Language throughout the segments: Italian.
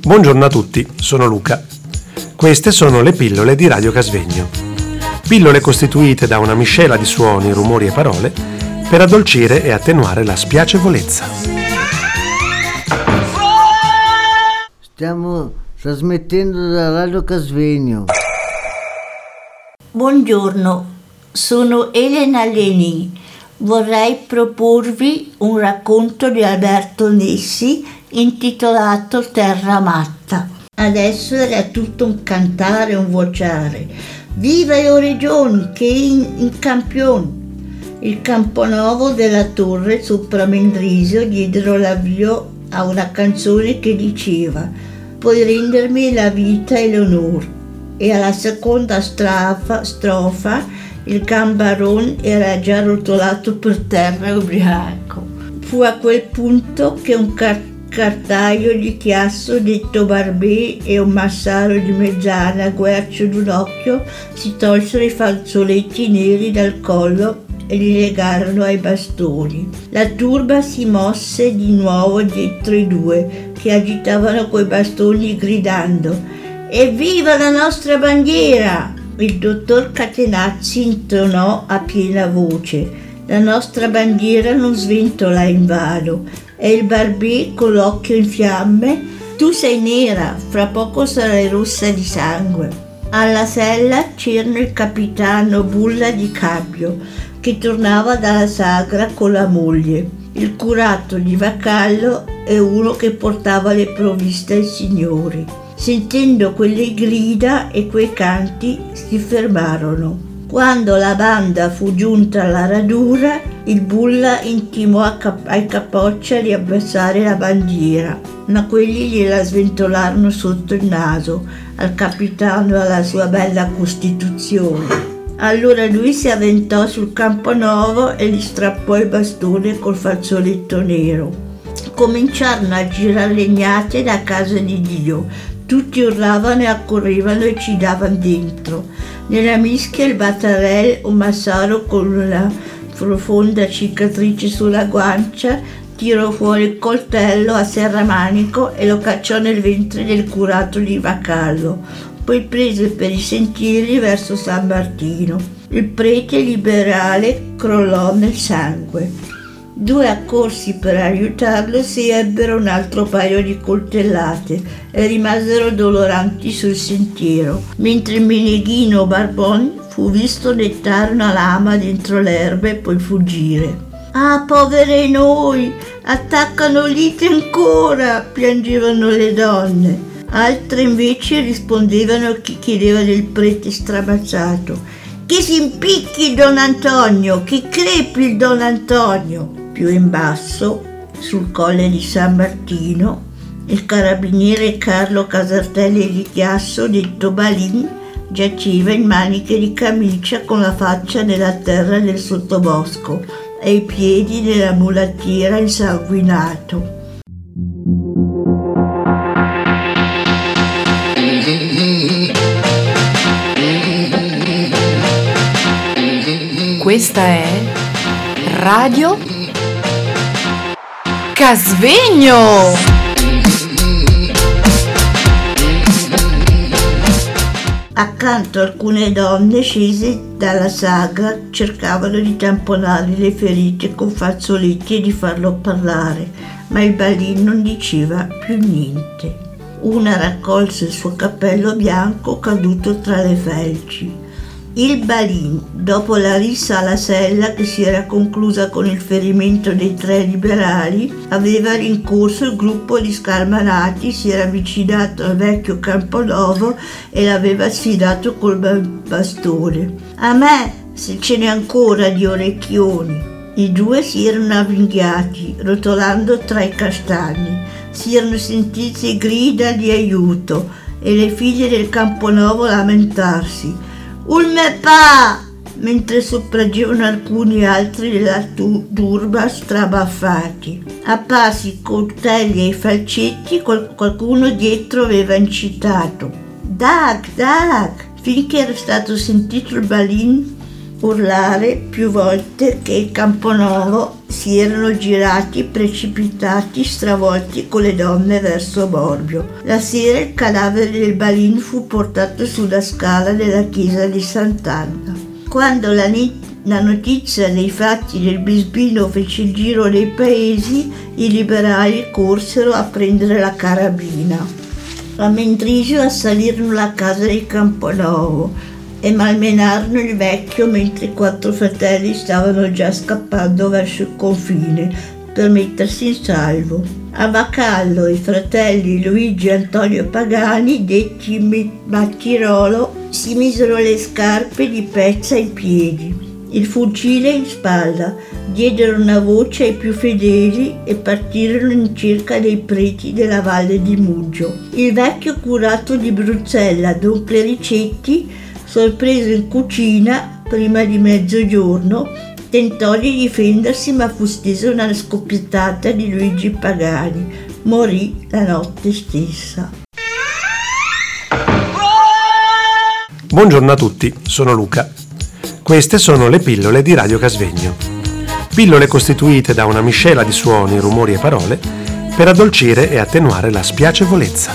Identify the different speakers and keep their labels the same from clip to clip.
Speaker 1: Buongiorno a tutti, sono Luca. Queste sono le pillole di Radio Casvegno. Pillole costituite da una miscela di suoni, rumori e parole per addolcire e attenuare la spiacevolezza.
Speaker 2: Stiamo trasmettendo da Radio Casvegno.
Speaker 3: Buongiorno, sono Elena Leni. Vorrei proporvi un racconto di Alberto Nessi intitolato Terra matta. Adesso era tutto un cantare, un vociare. Viva le regioni che in campione! Il Camponovo della Torre sopra Mendrisio diedero l'avvio a una canzone che diceva: puoi rendermi la vita e l'onor. E alla seconda strofa il gambaron era già rotolato per terra ubriaco. Fu a quel punto che un cartaio di chiasso detto Barbè e un massaro di mezzana guercio d'un occhio si tolsero i fazzoletti neri dal collo e li legarono ai bastoni. La turba si mosse di nuovo dietro i due che agitavano coi bastoni gridando: evviva la nostra bandiera! Il dottor Catenacci intonò a piena voce: la nostra bandiera non sventola invano. E il Barbè con l'occhio in fiamme: tu sei nera, fra poco sarai rossa di sangue. Alla sella c'erano il capitano Bulla di Cabbio che tornava dalla sagra con la moglie, il curato di Vacallo e uno che portava le provviste ai signori. Sentendo quelle grida e quei canti si fermarono. Quando la banda fu giunta alla radura, il Bulla intimò ai Capoccia di abbassare la bandiera, ma quelli gliela sventolarono sotto il naso al capitano e alla sua bella costituzione. Allora lui si avventò sul Camponovo e gli strappò il bastone col fazzoletto nero. Cominciarono a girar legnate da casa di Dio. Tutti urlavano e accorrevano e ci davano dentro. Nella mischia il Battarel, un massaro con una profonda cicatrice sulla guancia, tirò fuori il coltello a serramanico e lo cacciò nel ventre del curato di Vacallo. Poi prese per i sentieri verso San Martino. Il prete liberale crollò nel sangue. Due accorsi per aiutarlo si ebbero un altro paio di coltellate e rimasero doloranti sul sentiero, mentre il meneghino Barbon fu visto nettare una lama dentro l'erba e poi fuggire. «Ah, povere noi! Attaccano lite ancora!» piangevano le donne. Altre invece rispondevano a chi chiedeva del prete stramazzato: «Che si impicchi il Don Antonio! Che crepi il Don Antonio!» Più in basso, sul colle di San Martino, il carabiniere Carlo Casartelli di Chiasso, detto Balin, giaceva in maniche di camicia con la faccia nella terra del sottobosco e i piedi nella mulattiera insanguinato.
Speaker 4: Questa è Radio Casvegno!
Speaker 3: Accanto alcune donne scese dalla sagra cercavano di tamponare le ferite con fazzoletti e di farlo parlare, ma il Balin non diceva più niente. Una raccolse il suo cappello bianco caduto tra le felci. Il Balin, dopo la rissa alla sella che si era conclusa con il ferimento dei tre liberali, aveva rincorso il gruppo di scalmanati, si era avvicinato al vecchio Camponovo e l'aveva sfidato col bastone. «A me, se ce n'è ancora di orecchioni!» I due si erano avvinghiati, rotolando tra i castagni. Si erano sentite grida di aiuto e le figlie del Camponovo lamentarsi: «Ulme pa!» mentre sopraggivano alcuni altri della turba strabaffati. A passi, coltelli e falcetti qualcuno dietro aveva incitato: «Dag, dag!» finché era stato sentito il Balin urlare più volte che il Camponovo si erano girati, precipitati, stravolti con le donne verso Borbio. La sera il cadavere del Balin fu portato sulla scala della chiesa di Sant'Anna. Quando la notizia dei fatti del Bisbino fece il giro dei paesi, i liberali corsero a prendere la carabina. A Mendrisio assalirono la casa di Camponovo e malmenarono il vecchio mentre i 4 fratelli stavano già scappando verso il confine per mettersi in salvo. A Bacallo i fratelli Luigi e Antonio Pagani, detti Macchirolo, si misero le scarpe di pezza ai piedi, il fucile in spalla, diedero una voce ai più fedeli e partirono in cerca dei preti della Valle di Muggio. Il vecchio curato di Bruzzella, Don Clericetti, sorpreso in cucina prima di mezzogiorno, tentò di difendersi ma fu stesa una scoppiettata di Luigi Pagani. Morì la notte stessa.
Speaker 1: Buongiorno a tutti, sono Luca. Queste sono le pillole di Radio Casvegno. Pillole costituite da una miscela di suoni, rumori e parole per addolcire e attenuare la spiacevolezza.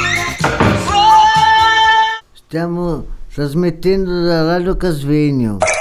Speaker 2: Stiamo trasmettendo da Radio Casvegno.